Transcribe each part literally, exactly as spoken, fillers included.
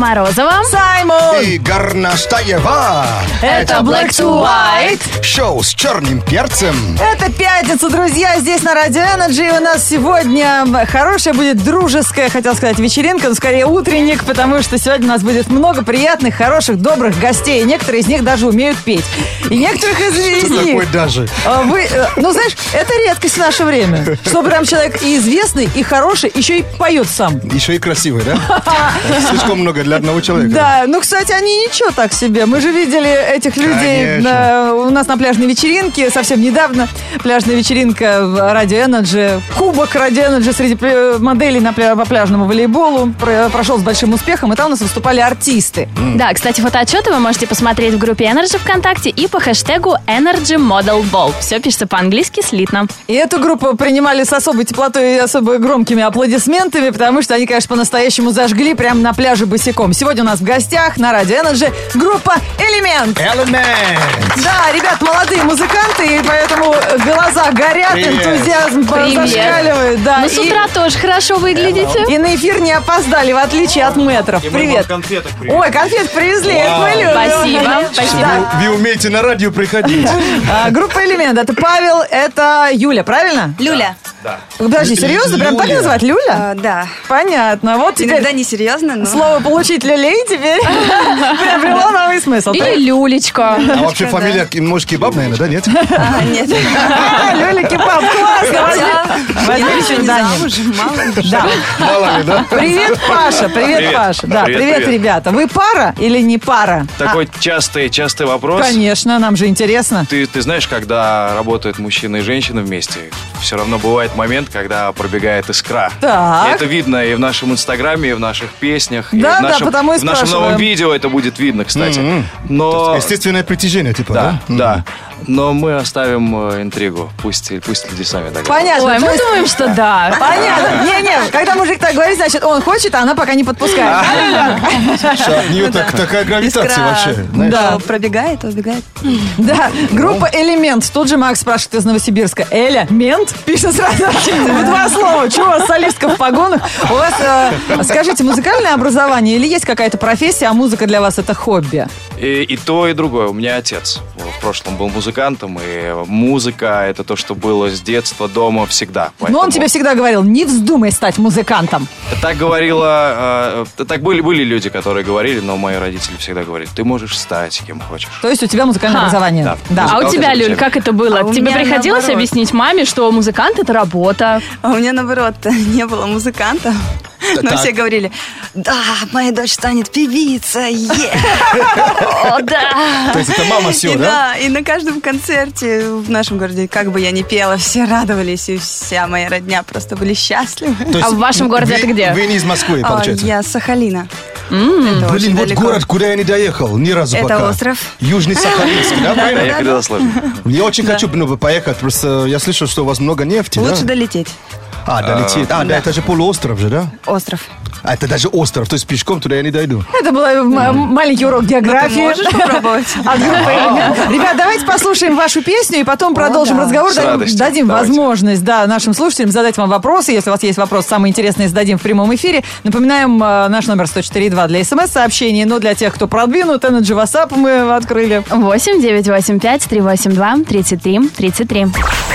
Морозова, Саймон и Горностаева. Это Black to White. Шоу с черным перцем. Это пятница, друзья, здесь на Радио Энерджи. У нас сегодня хорошая будет дружеская, хотел сказать, вечеринка, но скорее утренник, потому что сегодня у нас будет много приятных, хороших, добрых гостей. И некоторые из них даже умеют петь. И некоторых из, из Что них... такое даже? Вы, ну, знаешь, это редкость в наше время. Что прям человек и известный, и хороший, еще и поет сам. Еще и красивый, да? Слишком много для одного человека. Да, ну, кстати, они ничего так себе. Мы же видели этих людей на, у нас на пляжной вечеринке совсем недавно. Пляжная вечеринка в Радио Энерджи. Кубок Радио Энерджи среди моделей на пля- по пляжному волейболу про- прошел с большим успехом. И там у нас выступали артисты. Mm. Да, кстати, фотоотчеты вы можете посмотреть в группе Energy ВКонтакте и по хэштегу Energy Model Ball. Все пишется по-английски слитно. И эту группу принимали с особой теплотой и особо громкими аплодисментами, потому что они, конечно, по-настоящему зажгли прямо на пляже босиком. Сегодня у нас в гостях на Радио Энерджи группа «Элемент». Элемент. Да, ребят, молодые музыканты, и поэтому глаза горят, Привет. энтузиазм Привет. зашкаливает. Да, Ну, с и- утра тоже хорошо выглядите. И на эфир не опоздали, в отличие от метров. И мы Привет. вам конфеток привезли. Ой, конфет привезли. Вау. Мы любим. Спасибо, спасибо. Да. Вы умеете на радио приходить. А, группа «Элемент». Это Павел, это Юля, правильно? Люля. Да. Подожди, серьезно? Прям так Люля. называть? Люля? А, да. Понятно. Вот теперь Иногда не серьезно, но... слово «получить люлей» теперь приобрело новый смысл. Или Люлечка. А вообще фамилия, может, Кебаб, наверное, да, нет? А, нет. Люля Кебаб, классно. Возьми- возьми Я еще не свидание. замужем, мало ли. Да. Мало ли, да? Привет, Паша. Привет, Привет. Паша. Да, привет, Привет, привет. ребята. Вы пара или не пара? Такой частый, частый А, вопрос. конечно, нам же интересно. Ты, ты знаешь, когда работают мужчина и женщина вместе, все равно бывает момент, когда пробегает искра. Так. И это видно и в нашем инстаграме, и в наших песнях. и Да, в да, нашем, потому и в нашем спрашиваем. новом видео это будет видно, кстати. Мгм. Но... Естественное притяжение, типа, Да, да? да. Но мы оставим э, интригу. Пусть, пусть люди сами догадаются. Понятно. Ой, то мы есть- думаем, что да. Понятно. Не-не, когда мужик так говорит, значит, он хочет, а она пока не подпускает. От нее так- такая гравитация Искра. вообще. знаешь. Да. То пробегает, то убегает. Да, группа «Элемент». Тут же Макс спрашивает из Новосибирска. «Эля? Мент?» Пишет сразу в два слова. Чего у вас солистка в погонах? У вас, э, скажите, музыкальное образование или есть какая-то профессия, а музыка для вас это хобби? И, и то, и другое. У меня отец в прошлом был музыкантом, и музыка — это то, что было с детства, дома, всегда. Но он Поэтому- тебе всегда говорил, не вздумай стать музыкантом. Так говорила, э, так были, были люди, которые говорили, но мои родители всегда говорили, ты можешь стать кем хочешь. То есть у тебя музыкальное Ха. образование. Да. Да. А у Музыкант тебя, это Люль, тема. как это было? А у Тебе меня приходилось наоборот. объяснить маме, что музыкант — это работа? А у меня, наоборот, не было музыканта. Но так. все говорили, да, моя дочь станет певицей. е». О, да. То есть это мама все, И да? да, и на каждом концерте в нашем городе, как бы я ни пела, все радовались, и вся моя родня просто были счастливы. То есть А в вашем городе вы- это где? Вы не из Москвы, А, получается? Я с Сахалина. Это Блин, очень вот далеко. город, куда я не доехал ни разу Это пока. остров. Южный Сахалинск, да, правильно? Поехали до сложно. Я очень хочу ну, поехать, просто я слышал, что у вас много нефти, Лучше да? долететь. А, долететь. А, да, это же полуостров же, да? Остров. А это даже остров, то есть пешком туда я не дойду. Это был м- маленький урок географии. Можешь попробовать? От группы «Элемент». Ребят, давайте послушаем вашу песню и потом продолжим да. разговор. С Дадим, радостью. дадим Давайте. возможность да, нашим слушателям задать вам вопросы. Если у вас есть вопрос, самый интересный зададим в прямом эфире. Напоминаем, э, наш номер сто четыре два для смс-сообщений. Но для тех, кто продвинут, Energy WhatsApp мы открыли. восемь девятьсот восемьдесят пять триста восемьдесят два тридцать три тридцать три.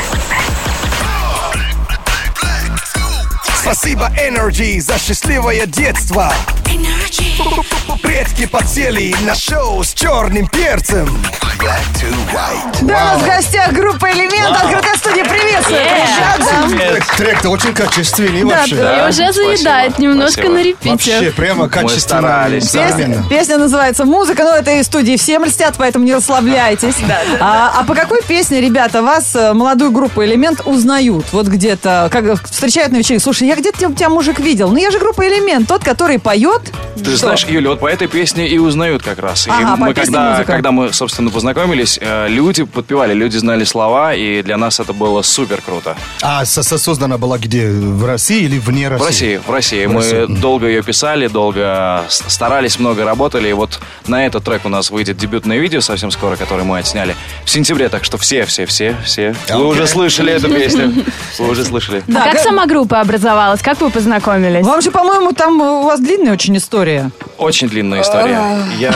Спасибо, Energy, за счастливое детство. Предки подсели на шоу с черным перцем. Black to white. Да, у нас в гостях группа «Элемент». Открытая студия. Приветствую. Ребята. Трек-то очень качественный Да, вообще. да. И уже спасибо. заедает немножко Спасибо. на репите. Вообще, прямо качественно. старались, да. Песня, Именно. песня называется «Музыка», но этой студии всем льстят, поэтому не расслабляйтесь. А, а по какой песне, ребята, вас, э, молодую группу «Элемент», узнают? Вот где-то, как встречают на вечеринке. Слушай, я где-то тебя мужик видел. Ну я же группа «Элемент», тот, который поет. Ты Что? знаешь, Юля, вот по этой песне и узнают как раз. И Ага, по мы песне когда, музыка. когда мы, собственно, познакомились, э, люди подпевали, люди знали слова, и для нас это было супер круто. А со- со- создана была где? В России или вне России? В России, в России. В Мы России. долго ее писали, долго с- старались, много работали. И вот на этот трек у нас выйдет дебютное видео совсем скоро, которое мы отсняли в сентябре. Так что все, все, все, все. Вы Окей. уже слышали эту песню. Вы уже слышали. Да, А как га- сама группа образовалась? Как вы познакомились? Вам же, по-моему, там у вас длинная очень очень история. Очень длинная история. Я...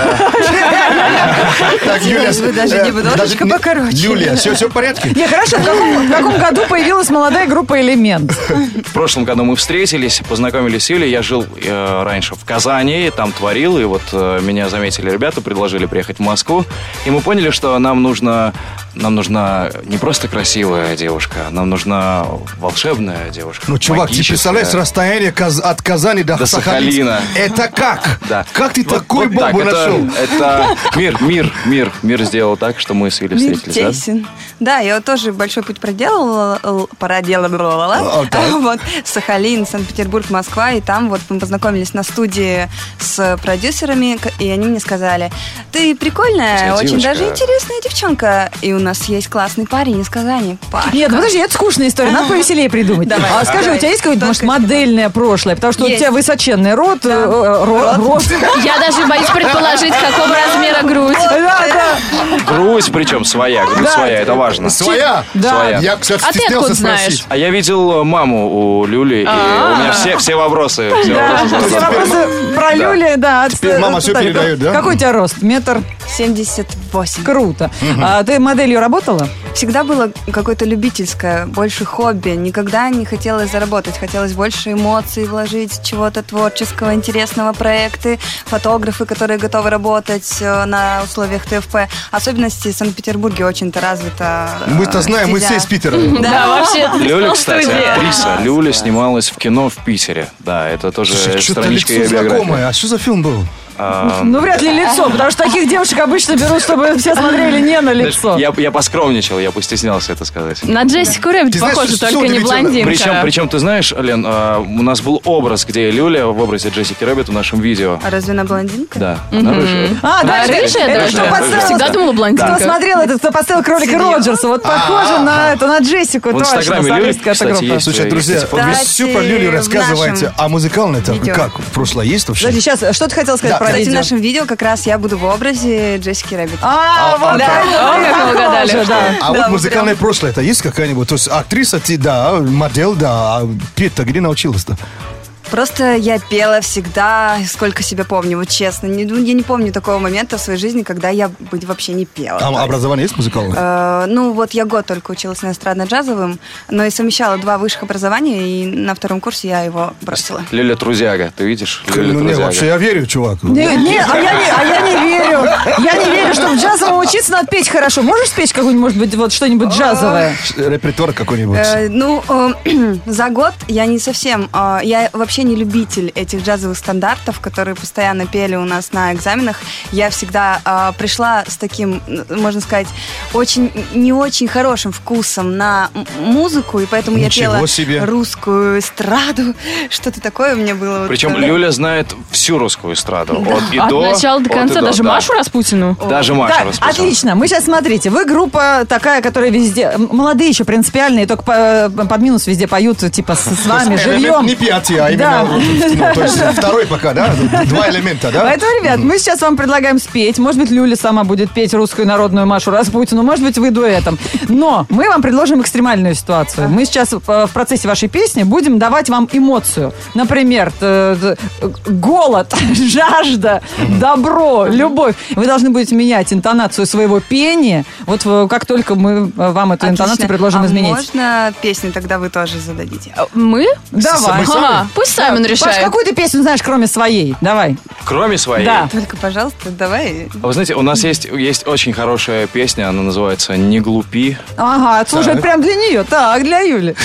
Так, Юлия, Вы даже э, немножечко не- покороче. Юлия, все, все в порядке? Не, хорошо, в каком, в каком году появилась молодая группа «Элемент»? В прошлом году мы встретились, познакомились с Юлей. Я жил э, раньше в Казани, там творил, и вот э, меня заметили ребята, предложили приехать в Москву. И мы поняли, что нам нужно, нам нужна не просто красивая девушка, нам нужна волшебная девушка. Ну, чувак, ты магическая. представляешь расстояние Каз- от Казани до, До Сахалина? Сахалина. Это как? Да. Как ты Вот- такой вот так, бомбу это, нашел? это мир, мир, мир, мир сделал так, что мы с Юлей Мир встретились. да? тесен. Да, я вот тоже большой путь проделала, л- проделала. А, так. Вот, Сахалин, Санкт-Петербург, Москва, и там вот мы познакомились на студии с продюсерами, к- и они мне сказали: ты прикольная, Вся очень девочка. даже интересная девчонка, и у нас есть классный парень из Казани. Пашка. Нет, ну подожди, это скучная история, надо повеселее придумать. Давай. А скажи, у тебя есть какое-то, может, Только модельное прошлое? Потому что у Есть. тебя высоченный рот, Да. э, э, ро- рост. Я даже боюсь предположить, какого размера грудь. Да, да. Грудь, причем своя, грудь Да. своя, это важно. Своя? Да. Своя. Я, кстати, А ты стеснялся откуда спросить. знаешь? А я видел э, маму у Люли, и у меня все, все вопросы. Все Да, вопросы все заданы. вопросы про Люли, да. от- Теперь мама всё от- передает, да? Какой у тебя рост? Метр? семьдесят восемь. Круто. А ты моделью работала? Всегда было какое-то любительское, больше хобби. Никогда не хотелось заработать. Хотелось больше эмоций вложить, чего-то творческого, интересного, проекты, фотографы, которые готовы работать э, на условиях ТФП. Особенности в Санкт-Петербурге очень-то развито. э, Мы-то знаем, мы все из Питера. Да, вообще. Люля, в кстати, студии. актриса. Люля снималась в кино в Питере. Да, это тоже Что-то страничка лицо ее биографии. знакомое. А что за фильм был? А, Ну, вряд ли лицо, потому что таких девушек обычно берут, чтобы все смотрели не на лицо. Я, я поскромничал, я постеснялся это сказать. На Джессику Рэббит Ты знаешь, похоже, что только ты не видела? блондинка. Причем, причем, ты знаешь, Лен, а, у нас был образ, где Люля в образе Джессики Рэббит в нашем видео. А разве она блондинка? Да, она рыжая. А, да, А, это- рыжая это даже? кто поставил- Всегда думала блондинка. Кто смотрел этот, кто поставил кролика Серьезно? Роджерса, вот похоже на это, на Джессику, В точно, Инстаграме Люли, солистка эта кстати, группа. есть. Слушай, друзья, Кстати, вот вы кстати, все про Люлю в рассказываете, нашем а музыкально-то видео. как? Прошлое есть вообще? Подожди, сейчас, что ты хотел сказать Да, про Кстати, в видео? нашем видео как раз я буду в образе Джессики Рэббит. А, вот да. это О, как вы угадали. похоже, да. А Да, вот вот музыкальное прошлое, это есть какая-нибудь? То есть актриса ты, да, модель, да, а петь-то где научилась-то? Просто я пела всегда, сколько себя помню, вот честно. Не, ну, я не помню такого момента в своей жизни, когда я бы вообще не пела. Там То есть, образование есть музыкальное? э, ну, вот я год только училась на эстрадно-джазовом, но и совмещала два высших образования, и на втором курсе я его бросила. Люля Трузяга, ты видишь? Люля Ну, не, Трузяга. вообще я верю, чувак. Не, не, а, я не, а я не верю. Я не верю, что в джазовом учиться надо петь хорошо. Можешь спеть какую-нибудь, может быть, вот что-нибудь джазовое? Репертуар какой-нибудь. Э, ну, э, за год я не совсем... э, я вообще не любитель этих джазовых стандартов, которые постоянно пели у нас на экзаменах. Я всегда э, пришла с таким, э, можно сказать, очень не очень хорошим вкусом на м- музыку, и поэтому Ничего я пела себе. русскую эстраду. Что-то такое у меня было. вот, Причем э, Люля знает всю русскую эстраду. От и От до. начала до от и конца, до, даже да. Машу Распутину. Даже Маша Так, Распутина. отлично. Мы сейчас, смотрите, вы группа такая, которая везде... м, Молодые еще, принципиальные, только по- под минус везде поют, типа, с, с вами, Элемент живьем. не пятый, а Да. именно ну, то есть второй пока, да? Два элемента, да? Поэтому, ребят, мы сейчас вам предлагаем спеть. Может быть, Люля сама будет петь русскую народную Машу Распутину, может быть, вы дуэтом. Но мы вам предложим экстремальную ситуацию. Мы сейчас э, в процессе вашей песни будем давать вам эмоцию. Например, т- т- голод, жажда, добро, любовь. Вы должны будете менять интонацию своего пения. Вот э, как только мы э, вам эту интонацию отлично. предложим а изменить. можно песню тогда вы тоже зададите? Мы? Давай. Мы сами? Ага, пусть Саймон Паш, решает. какую ты песню знаешь, кроме своей? Давай. Кроме своей. Да. Только, пожалуйста, давай. А вы знаете, у нас есть, есть очень хорошая песня, она называется «Не глупи». Ага, слушай, Так. прям для нее. Так, для Юли.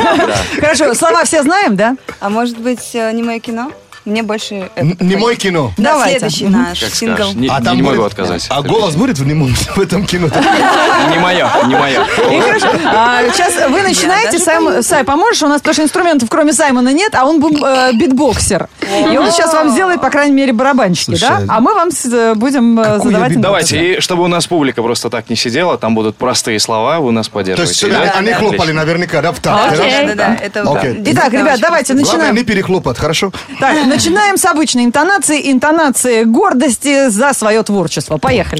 Хорошо, слова все знаем, да? А может быть, э, не мое кино? Мне больше... это Н- Не подходит. мой кино. Да, Давайте. следующий наш Как сингл. скажешь. Не, А не там могу будет- отказать. А голос будет в нем в этом кино? Не мое, не мое. И хорошо. А, сейчас вы начинаете, даже Сайм, Сай, поможешь? У нас потому что инструментов кроме Саймона нет, а он бум- э, битбоксер. И он сейчас вам сделает, по крайней мере, барабанщики, да? Слушай, А мы вам с- э, будем э, какой я задавать... битбоксер? Давайте, и чтобы у нас публика просто так не сидела, там будут простые слова, вы нас То поддерживаете. есть да? они да. хлопали наверняка, да, в такт, да? Окей. Да-да-да, это... Окей. Итак, ребят, давайте Главное, начинаем. не перехлопать, хорошо? Так, начинаем с обычной интонации. Интонации гордости за свое творчество. Поехали.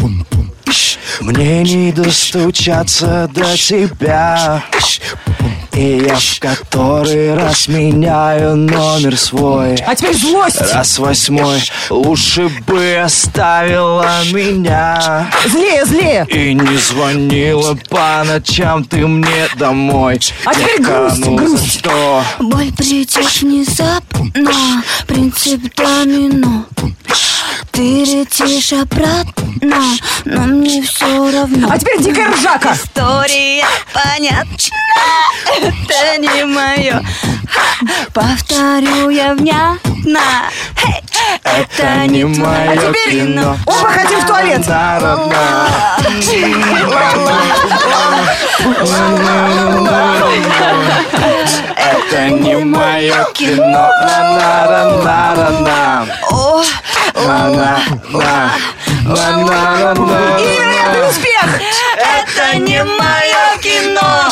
Мне не достучаться до тебя. И я в который раз меняю номер свой. А теперь злость. Раз восьмой. Лучше бы оставила меня. Злее, злее. И не звонила по ночам ты мне домой. А теперь грусть, ну грусть. Что? Боль придет внезапно, принцип домино. Ты летишь обратно, но мне все равно. А теперь дикая ржака. История понятна, это не мое. Повторю я внятно, Это не мое А теперь кино. оба хотим в туалет. Это не мое кино. На-на-на-на-на-на. На-на-на. На-на-на-на. И невероятный успех. Это не мое кино.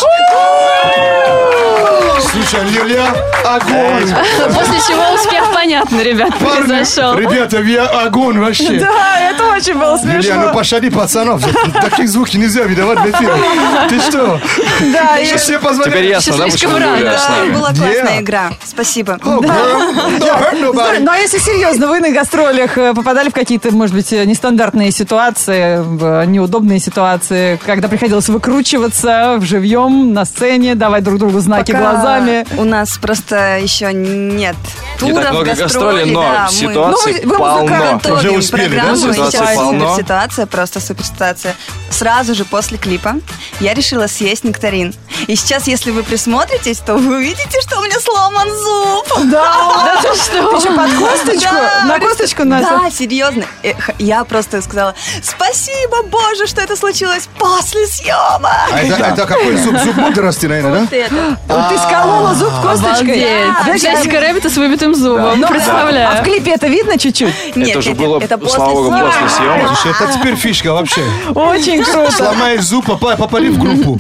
Слушай, Лилия, огонь! После чего успех, понятно, ребят, произошел. Парни, ребята, вы огонь вообще! Да, это очень было Лилия, ну смешно. пощади пацанов, таких звуков нельзя выдавать в эфире. Ты что? Да, и- Все позвонили. Теперь ясно, да, Слишком почему рано. Юля с Да, нами? была классная Yeah. игра. Спасибо. Oh, girl, don't hurt nobody. Ну а если серьезно, вы на гастролях э, попадали в какие-то, может быть, э, нестандартные ситуации, в, э, неудобные ситуации, когда приходилось выкручиваться в живьем, на сцене, давать друг другу знаки Пока глазами? У нас просто еще нет Не туров, так много гастролей, но да, мы ситуаций Ну, вы полно. музыкант. Уже готовим успели, да? программу, и Ситуаций сейчас полно. супер ситуация, просто супер ситуация. Сразу же после клипа я решила съесть нектарин. И сейчас, если вы присмотритесь, то вы увидите, что у меня сломан зуб. Да, ты что? Ты что, под косточку? Да, На косточку начал? Да, серьезно. Эх, Я просто сказала, спасибо, Боже, что это случилось после съемок. А это, это какой зуб? Зуб мудрости, наверное, Вот да? это. Вот ты сколола зуб косточкой. Обалдеть. Подожди, а- Джессика Рэббит с выбитым зубом. Ну, Представляю. А в клипе это видно чуть-чуть? Нет, Это же это- было, это после слава богу, съемок. после съемок. Слушай, это теперь фишка вообще. Очень круто. Сломаешь зуб, попа- попади в группу.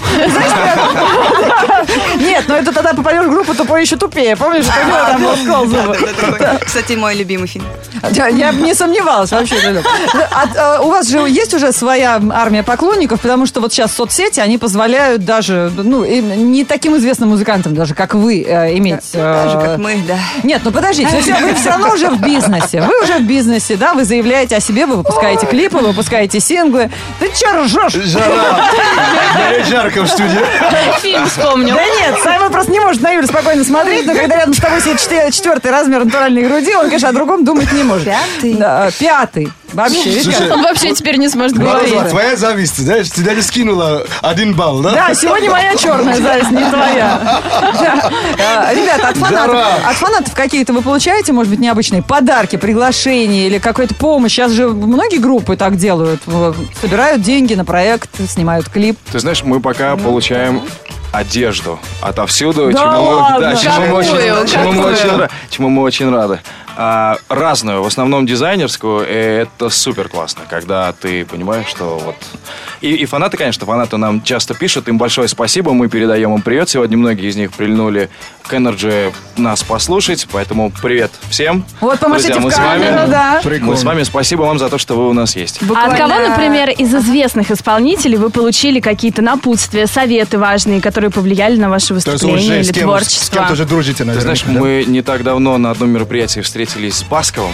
Нет, но это тогда попадешь в группу тупой еще тупее. Помнишь, у него там был скол зуба? Это такой, кстати, мой любимый фильм. Я, я бы не сомневалась вообще. А, а, у вас же есть уже своя армия поклонников, потому что вот сейчас соцсети, они позволяют даже, ну, им, не таким известным музыкантам даже, как вы, э, иметь... Так же, э, как мы, да. Нет, ну подождите, вы, все- вы все равно уже в бизнесе. Вы уже в бизнесе, да, вы заявляете о себе, вы выпускаете клипы, вы выпускаете синглы. Ты че ржешь? Жара. Да, жарко в студии. Фильм вспомнил. Да нет, Саймон просто не может на Юлю спокойно смотреть, но когда рядом с тобой сидит четвер- четвертый размер натуральной груди, он, конечно, о другом думать не может. Пятый? Да, пятый. Вообще, Слушай, ребят. Он вообще теперь не сможет говорить. Морозова, твоя зависть, знаешь, ты даже скинула один балл, да? Да, сегодня моя черная зависть, не твоя. Да. А, Ребята, от фанатов, Жара. от фанатов какие-то вы получаете, может быть, необычные подарки, приглашения или какую-то помощь? Сейчас же многие группы так делают. В- Собирают деньги на проект, снимают клип. Ты знаешь, мы пока получаем одежду отовсюду, Да чему, мы, ладно? да, чему, мы Какую? очень, чему, мы Какую? очень, ра- чему мы очень рады. А, разную, в основном дизайнерскую, и это супер классно, когда ты понимаешь, что вот... И, и фанаты, конечно, фанаты нам часто пишут, им большое спасибо, мы передаем им привет. Сегодня многие из них прильнули к Energy нас послушать, поэтому привет всем. Вот, помашите Друзья, в мы с вами. камеру, да. Мы с вами, спасибо вам за то, что вы у нас есть. А от кого, например, из известных исполнителей вы получили какие-то напутствия, советы важные, которые повлияли на ваше То есть выступление уже или с, кем, с творчество? кем-то же дружите, Ты наверное. знаешь, мы не так давно на одном мероприятии встретились с Басковым.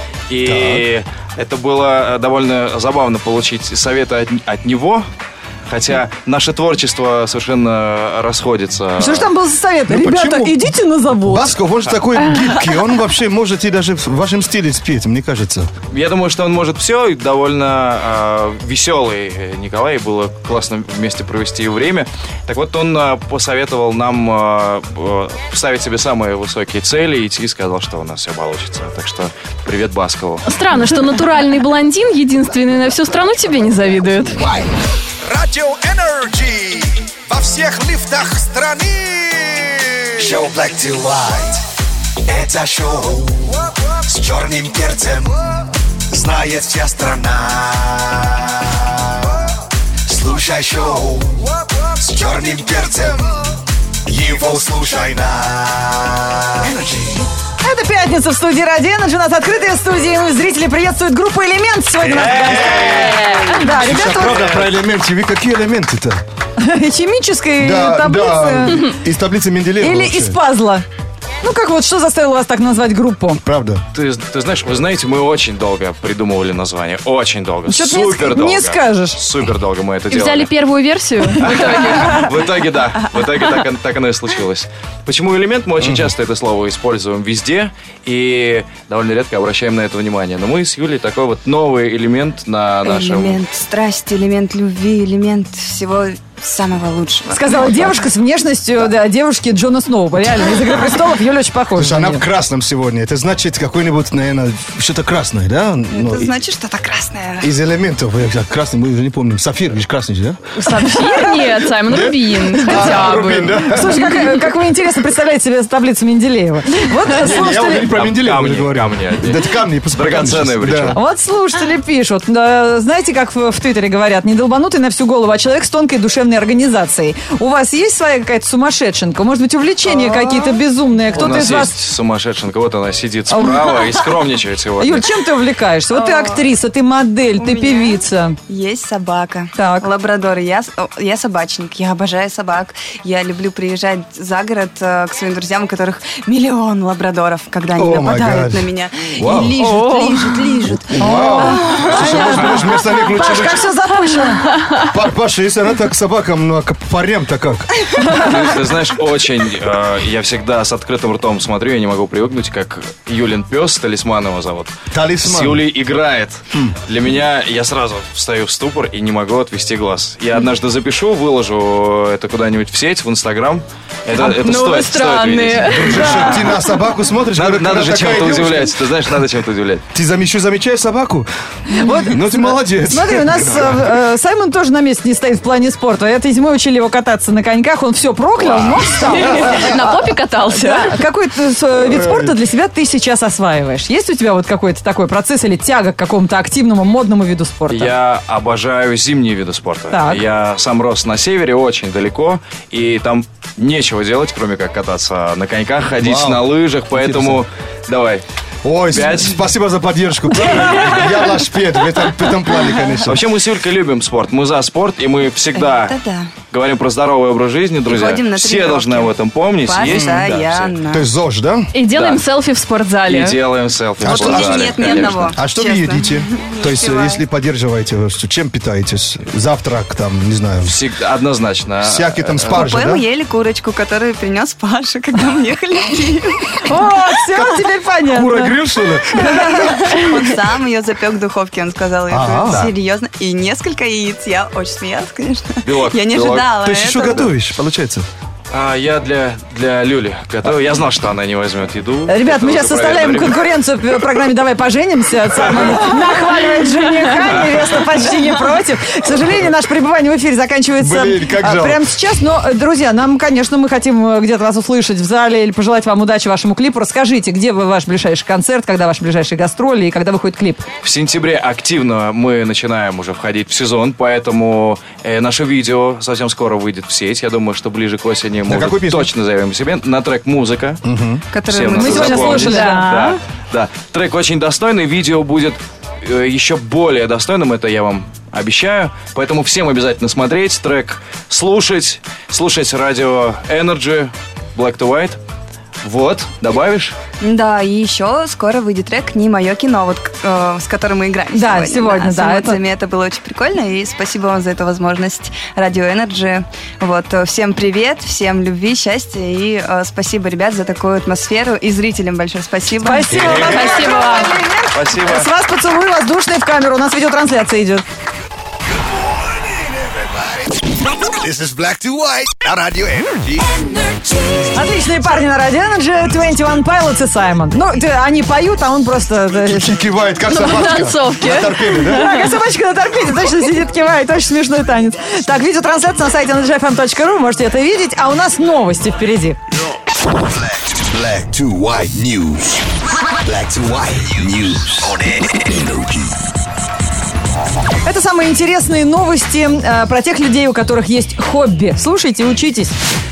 И это было довольно забавно получить советы от, от него. Хотя наше творчество совершенно расходится. Что ж там был за совет? Ну, Ребята, почему? идите на завод. Басков, он же такой гибкий, он вообще может и даже в вашем стиле спеть, мне кажется. Я думаю, что он может все. И довольно э, веселый Николай. Было классно вместе провести время. Так вот, он э, посоветовал нам э, э, ставить себе самые высокие цели и идти, и сказал, что у нас все получится. Так что привет Баскову. Странно, что натуральный блондин, единственный на всю страну, тебе не завидует. Радио Energy во всех лифтах страны. Шоу Black to White. Это шоу с черным перцем. Знает вся страна. Слушай шоу с черным перцем. Его слушай на Energy. Это пятница в студии Ради Energy. У нас открытая студия. И зрители приветствуют группу «Элемент» сегодня у нас в гостях. Да, Слушай, ребята, правда, про элементы. Вы какие элементы-то? химической Да, таблицы? да, из таблицы Менделеева. Или вообще. из пазла? Ну, как вот, что заставило вас так назвать группу? Правда. Ты, ты знаешь, вы знаете, мы очень долго придумывали название. Очень долго. Что-то не Супер ск- долго. не скажешь. Супер долго мы это И делали. взяли первую версию в итоге. В итоге, да. В итоге так, он- так оно и случилось. Почему элемент? Мы очень часто это слово используем везде и довольно редко обращаем на это внимание. Но мы с Юлей такой вот новый элемент на нашем... Элемент страсти, элемент любви, элемент всего самого лучшего. Сказала девушка с внешностью, да, девушки Джона Сноуба. Реально, из «Игры престолов» Юля очень похожа. Слушай, на она в неё. красном сегодня. Это значит какой-нибудь, наверное, что-то красное, да? Ну, Это и- значит что-то красное. из элементов. э, красный, мы уже не помним. Сапфир, видишь, красный, да? Сапфир нет, Саймон Рубин. Хотя бы. Рубин, да? Слушай, как, как вы интересно представляете себе таблицу Менделеева. Вот Не, не, я уже не слушатели, про Там Менделеева камни, уже говорю. камни одни. Да это камни. пос- Драгоценные камни, причем. да. вот слушатели пишут, да, знаете, как в, в Твиттере говорят, не долбанутый на всю голову, а человек с тонкой душевной организацией. У вас есть своя какая-то сумасшедшенка? Может быть, увлечения какие-то безумные? У Кто-то нас из вас... есть сумасшедшенка. Вот она сидит справа и скромничает сегодня. Юль, чем ты увлекаешься? Вот ты актриса, ты модель, У ты меня певица. Есть собака. Так. Лабрадор. Я, с- о, я собачник. Я обожаю собак. Я люблю приезжать за город э, к своим друзьям, у которых миллион лабрадоров, когда они О, май нападают гад. на меня. Вау. И лижут, лижут, лижут. Вау. Слушай, может, может, вместо них лучше Паш, как быть- все запущено. Па- Паша, если она так к собакам, ну а к парням-то как? Ты, ты знаешь, очень... э, я всегда с открытым ртом смотрю, я не могу привыкнуть, как Юлин пес, талисман его зовут. Талисман. С Юлей играет. Для меня, я сразу встаю в ступор и не могу отвести глаз. Я однажды запишу, выложу это куда-нибудь в сеть, в Инстаграм. Это, это Ну, вы стоит, стоит странные. видеть. Слушай, ты на собаку смотришь? Надо, когда- надо когда же такая чем-то девушка- удивлять. Ты знаешь, надо чем-то удивлять. Ты зам- еще замечаешь собаку? Вот, Ну ты молодец. смотри, у нас э, э, Саймон тоже на месте не стоит в плане спорта. Этой зимой учили его кататься на коньках, он все проклял, но встал. На попе катался. Да. Какой ты, э, вид спорта для себя ты сейчас осваиваешь? Есть у тебя вот какой-то такой процесс или тяга к какому-то активному, модному виду спорта? Я обожаю зимние виды спорта. Так. Я сам рос на севере, очень далеко, и там нечего делать, кроме как кататься на коньках, ходить Вау. на лыжах, поэтому давай. Ой, с- Пять. спасибо за поддержку. Я лашпед в этом, в этом плане, конечно. Вообще мы с Юлькой любим спорт, мы за спорт, и мы всегда Это да. говорим про здоровый образ жизни, друзья. ходим на Все тренировки. должны об этом помнить. Есть? Да, все. Постоянно. То есть ЗОЖ, да? И делаем Да. селфи в спортзале. И делаем селфи. А в что- У меня спортзале, нет ни конечно. одного. А что вы честно. едите? То есть, успеваю. если поддерживаете, что- чем питаетесь? Завтрак, там, не знаю, Всегда, однозначно. всякие там спаржи, Купе да? мы ели курочку, которую принес Паша, когда мы ехали в Киев. О, все, теперь понятно. Кура гриль, что ли? Он сам ее запек в духовке, он сказал, это Ага. серьезно. И несколько яиц. Я очень смеялась, конечно. Белок, Я не белок. ожидала То есть еще этого. готовишь, получается? А я для, для Люли готовил. Я знал, что она не возьмет еду. Ребят, Это мы уже сейчас составляем проверено. конкуренцию в программе «Давай поженимся». Саймон нахваливает жениха, невеста почти не против. К сожалению, наше пребывание в эфире заканчивается Блин, как а, жалко. прямо сейчас. Но, э, друзья, нам, конечно, мы хотим э, где-то вас услышать в зале или пожелать вам удачи вашему клипу. Расскажите, где вы ваш ближайший концерт, когда ваши ближайшие гастроли и когда выходит клип. В сентябре активно мы начинаем уже входить в сезон, поэтому э, наше видео совсем скоро выйдет в сеть. Я думаю, что ближе к осени мы какую уже песню? точно заявим себе на трек «Музыка». Который Всем мы надо Мы сегодня запомнить. слушали, да. Да, да. Трек очень достойный, видео будет э, еще более достойным, это я вам обещаю. Поэтому всем обязательно смотреть трек, слушать, слушать радио Energy, Black to White. Вот, добавишь? Да, и еще скоро выйдет трек «Не мое кино», вот, э, с которым мы играем Да, сегодня. сегодня, с да, эмоциями. Это... было очень прикольно, и спасибо вам за эту возможность, Радио Energy. Вот, э, всем привет, всем любви, счастья, и э, спасибо, ребят, за такую атмосферу, и зрителям большое спасибо. Спасибо вам. Спасибо вам. Спасибо. С вас поцелуй воздушный в камеру. У нас видеотрансляция идет. This is Black to White на Radio Energy. Отличные парни на Радио Energy, двадцать один Pilots и Саймон. Ну, ты- они поют, а он просто... э, Кивает, как На собачка. танцовке. На торпеде, да? Да, как собачка на торпеде, точно сидит, кивает, очень смешной танец. Так, видеотрансляция на сайте energy f m точка ru, можете это видеть, а у нас новости впереди. Black to White News. Black to White News on Energy. Это самые интересные новости э, про тех людей, у которых есть хобби. Слушайте, учитесь.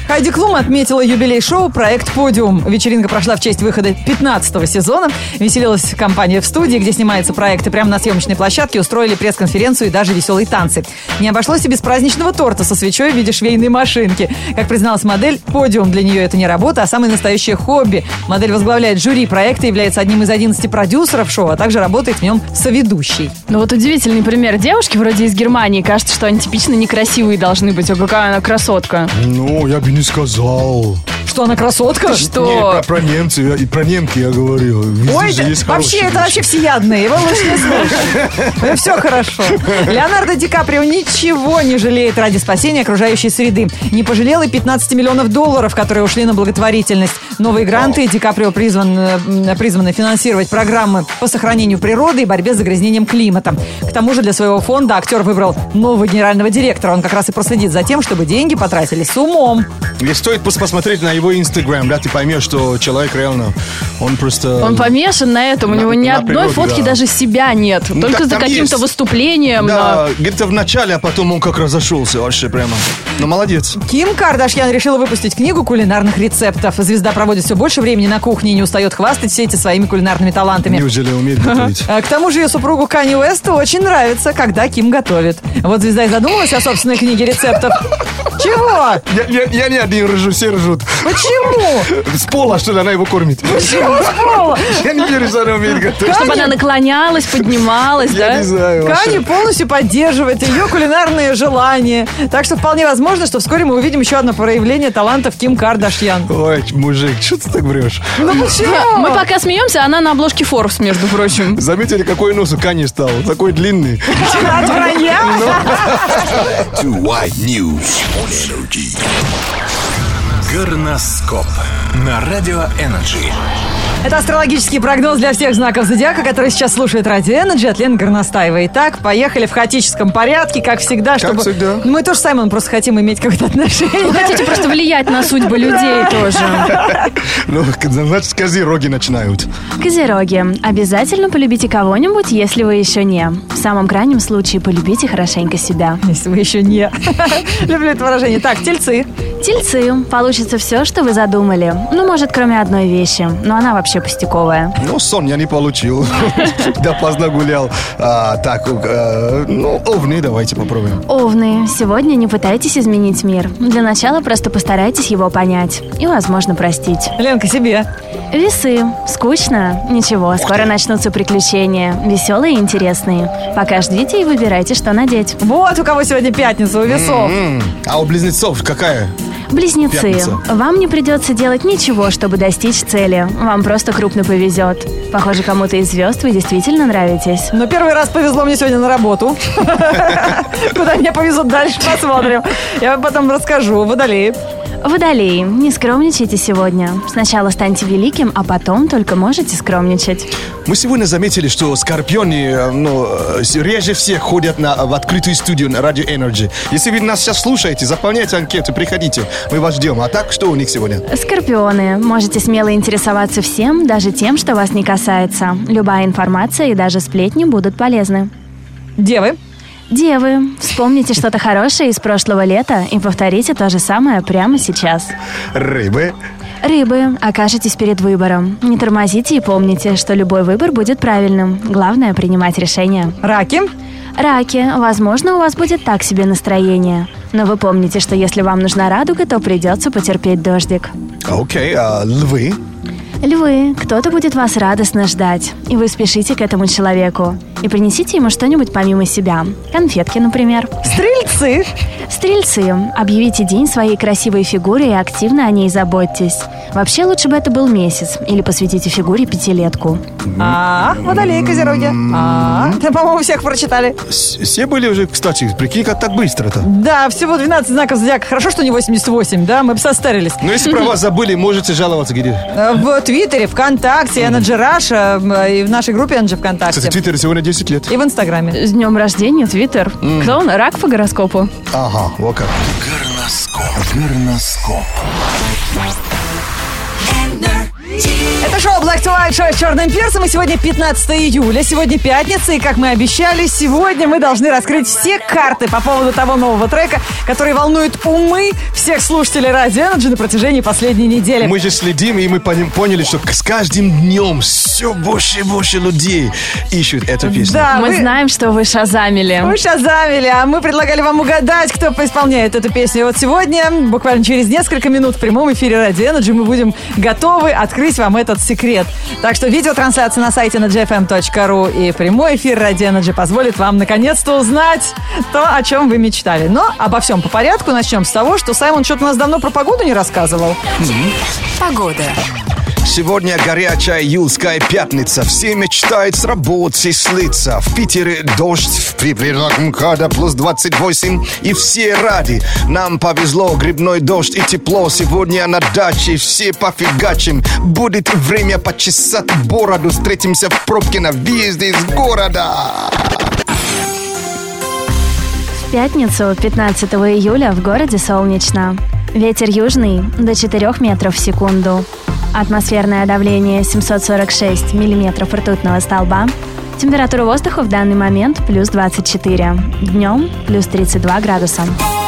Хайди Клум отметила юбилей шоу «Проект Подиум». Вечеринка прошла в честь выхода пятнадцатого сезона. Веселилась компания в студии, где снимается проект, и прямо на съемочной площадке устроили пресс-конференцию и даже веселые танцы. Не обошлось и без праздничного торта со свечой в виде швейной машинки. Как призналась модель, подиум для нее это не работа, а самое настоящее хобби. Модель возглавляет жюри проекта, является одним из одиннадцати продюсеров шоу, а также работает в нем соведущей. Ну вот удивительный пример девушки вроде из Германии. Кажется, что они типично некрасивые должны быть. А какая она красотка. Ну, я бы не сказал. Что она красотка? Что? Не, про, про немцы и про немки я говорил. Везде Ой, же есть вообще, хорошие это вообще всеядные. Его лучше не слушать. Все хорошо. Леонардо Ди Каприо ничего не жалеет ради спасения окружающей среды. Не пожалел и пятнадцать миллионов долларов, которые ушли на благотворительность. Новые гранты Ди Каприо призван, призваны финансировать программы по сохранению природы и борьбе с загрязнением климата. К тому же для своего фонда актер выбрал нового генерального директора. Он как раз и проследит за тем, чтобы деньги потратились с умом. И стоит посмотреть на его инстаграм, да, ты поймешь, что человек реально, он просто... Он помешан на этом, у на, него ни одной природе, фотки да. даже себя нет. Ну, только так за там каким-то есть. выступлением. Да, Но... где-то в начале, а потом он как разошелся вообще прямо. Ну, молодец. Ким Кардашьян решила выпустить книгу кулинарных рецептов. Звезда проводит все больше времени на кухне и не устает хвастать все эти своими кулинарными талантами. Неужели умеет готовить? А к тому же ее супругу Канье Уэсту очень нравится, когда Ким готовит. Вот звезда и задумалась о собственной книге рецептов. Чего? Я, я, я не один ржу, все ржут. Почему? С пола, что ли, она его кормит? Почему с пола? Я не верю, что она умеет готовить. Чтобы она наклонялась, поднималась, Я да? не знаю вообще. Канье полностью поддерживает ее кулинарные желания. Так что вполне возможно, что вскоре мы увидим еще одно проявление талантов Ким Кардашьян. Ой, мужик, что ты так врешь? Ну почему? Мы пока смеемся, она на обложке Forbes, между прочим. Заметили, какой нос у Кани стал? Такой длинный. От вранья? Black to white news on Energy. Горноскоп на Радио Energy. Это астрологический прогноз для всех знаков зодиака, которые сейчас слушают Радио Energy от Лены Горностаевой. Итак, поехали в хаотическом порядке, как всегда. Как чтобы... всегда. Мы тоже с Саймоном просто хотим иметь какое-то отношение. Вы хотите просто влиять на судьбы людей тоже. Ну, значит, козероги начинают. Козероги, обязательно полюбите кого-нибудь, если вы еще не. В самом крайнем случае полюбите хорошенько себя. Если вы еще не. Люблю это выражение. Так, тельцы. Тельцы, получится все, что вы задумали. Ну, может, кроме одной вещи, но она вообще пустяковая. Ну, сон я не получил. Да, поздно гулял. А, так, а, ну, овны давайте попробуем. Овны, сегодня не пытайтесь изменить мир. Для начала просто постарайтесь его понять и, возможно, простить. Ленка, себе. Весы. Скучно? Ничего, скоро начнутся приключения. Веселые и интересные. Пока ждите и выбирайте, что надеть. Вот у кого сегодня пятница, у весов. М-м. А у близнецов какая? Близнецы. Пятница. Вам не придется делать ничего, чтобы достичь цели. Вам просто крупно повезет. Похоже, кому-то из звезд вы действительно нравитесь. Но первый раз повезло мне сегодня на работу. Куда меня повезут дальше, посмотрим. Я вам потом расскажу. Водолеи. Водолеи, не скромничайте сегодня. Сначала станьте великим, а потом только можете скромничать. Мы сегодня заметили, что скорпионы ну, реже всех ходят на, в открытую студию на Радио Energy. Если вы нас сейчас слушаете, заполняйте анкету, приходите. Мы вас ждем. А так, что у них сегодня? Скорпионы, можете смело интересоваться всем, даже тем, что вас не касается. Любая информация и даже сплетни будут полезны. Девы. Девы, вспомните что-то хорошее из прошлого лета и повторите то же самое прямо сейчас. Рыбы. Рыбы, окажетесь перед выбором. Не тормозите и помните, что любой выбор будет правильным. Главное — принимать решение. Раки. Раки, возможно, у вас будет так себе настроение. Но вы помните, что если вам нужна радуга, то придется потерпеть дождик. Окей, а львы? Львы, кто-то будет вас радостно ждать, и вы спешите к этому человеку. И принесите ему что-нибудь помимо себя. Конфетки, например. Стрельцы. Стрельцы, объявите день своей красивой фигуре и активно о ней заботьтесь. Вообще, лучше бы это был месяц, или посвятите фигуре пятилетку. А, водолеи, козероги. А, да, по-моему, всех прочитали. С- Все были уже, кстати, прикинь, как так быстро-то. Да, всего двенадцать знаков зодиака. Хорошо, что не восемьдесят восемь, да? Мы бы состарились. Но если про вас забыли, можете жаловаться где. Э, В Твиттере, ВКонтакте, Energy Раша, э, и в нашей группе Energy Кстати, ВКонтакте. Твиттер сегодня десять лет. И в Инстаграме. С днем рождения, Твиттер. Кто он? Рак по гороскопу? Ага, вот как. Горноскоп. Горноскоп. Это шоу Black to White, шоу с черным перцем. И сегодня пятнадцатое июля, сегодня пятница. И как мы обещали, сегодня мы должны раскрыть все карты по поводу того нового трека, который волнует умы всех слушателей Радио Energy на протяжении последней недели. Мы же следим, и мы поняли, что с каждым днем все больше и больше людей ищут эту песню. Да, Мы вы... знаем, что вы шазамили. Вы шазамили, а мы предлагали вам угадать, кто поисполняет эту песню. И вот сегодня, буквально через несколько минут в прямом эфире Радио Energy мы будем готовы открыть вам этот секрет. Так что видеотрансляция на сайте энерджи эф эм точка ру и прямой эфир Радио Energy позволит вам наконец-то узнать то, о чем вы мечтали. Но обо всем по порядку. Начнем с того, что Саймон что-то у нас давно про погоду не рассказывал. Погода. Сегодня горячая июльская пятница. Все мечтают с работы слиться. В Питере дождь, в прибрежном МКАДа плюс двадцать восемь. И все ради. Нам повезло, грибной дождь и тепло. Сегодня на даче все пофигачим. Будет время почесать бороду. Встретимся в пробке на въезде из города. В пятницу, пятнадцатого июля, в городе солнечно. Ветер южный до четырёх метров в секунду. Атмосферное давление семьсот сорок шесть миллиметров ртутного столба. Температура воздуха в данный момент плюс двадцать четыре. Днем плюс тридцать два градуса.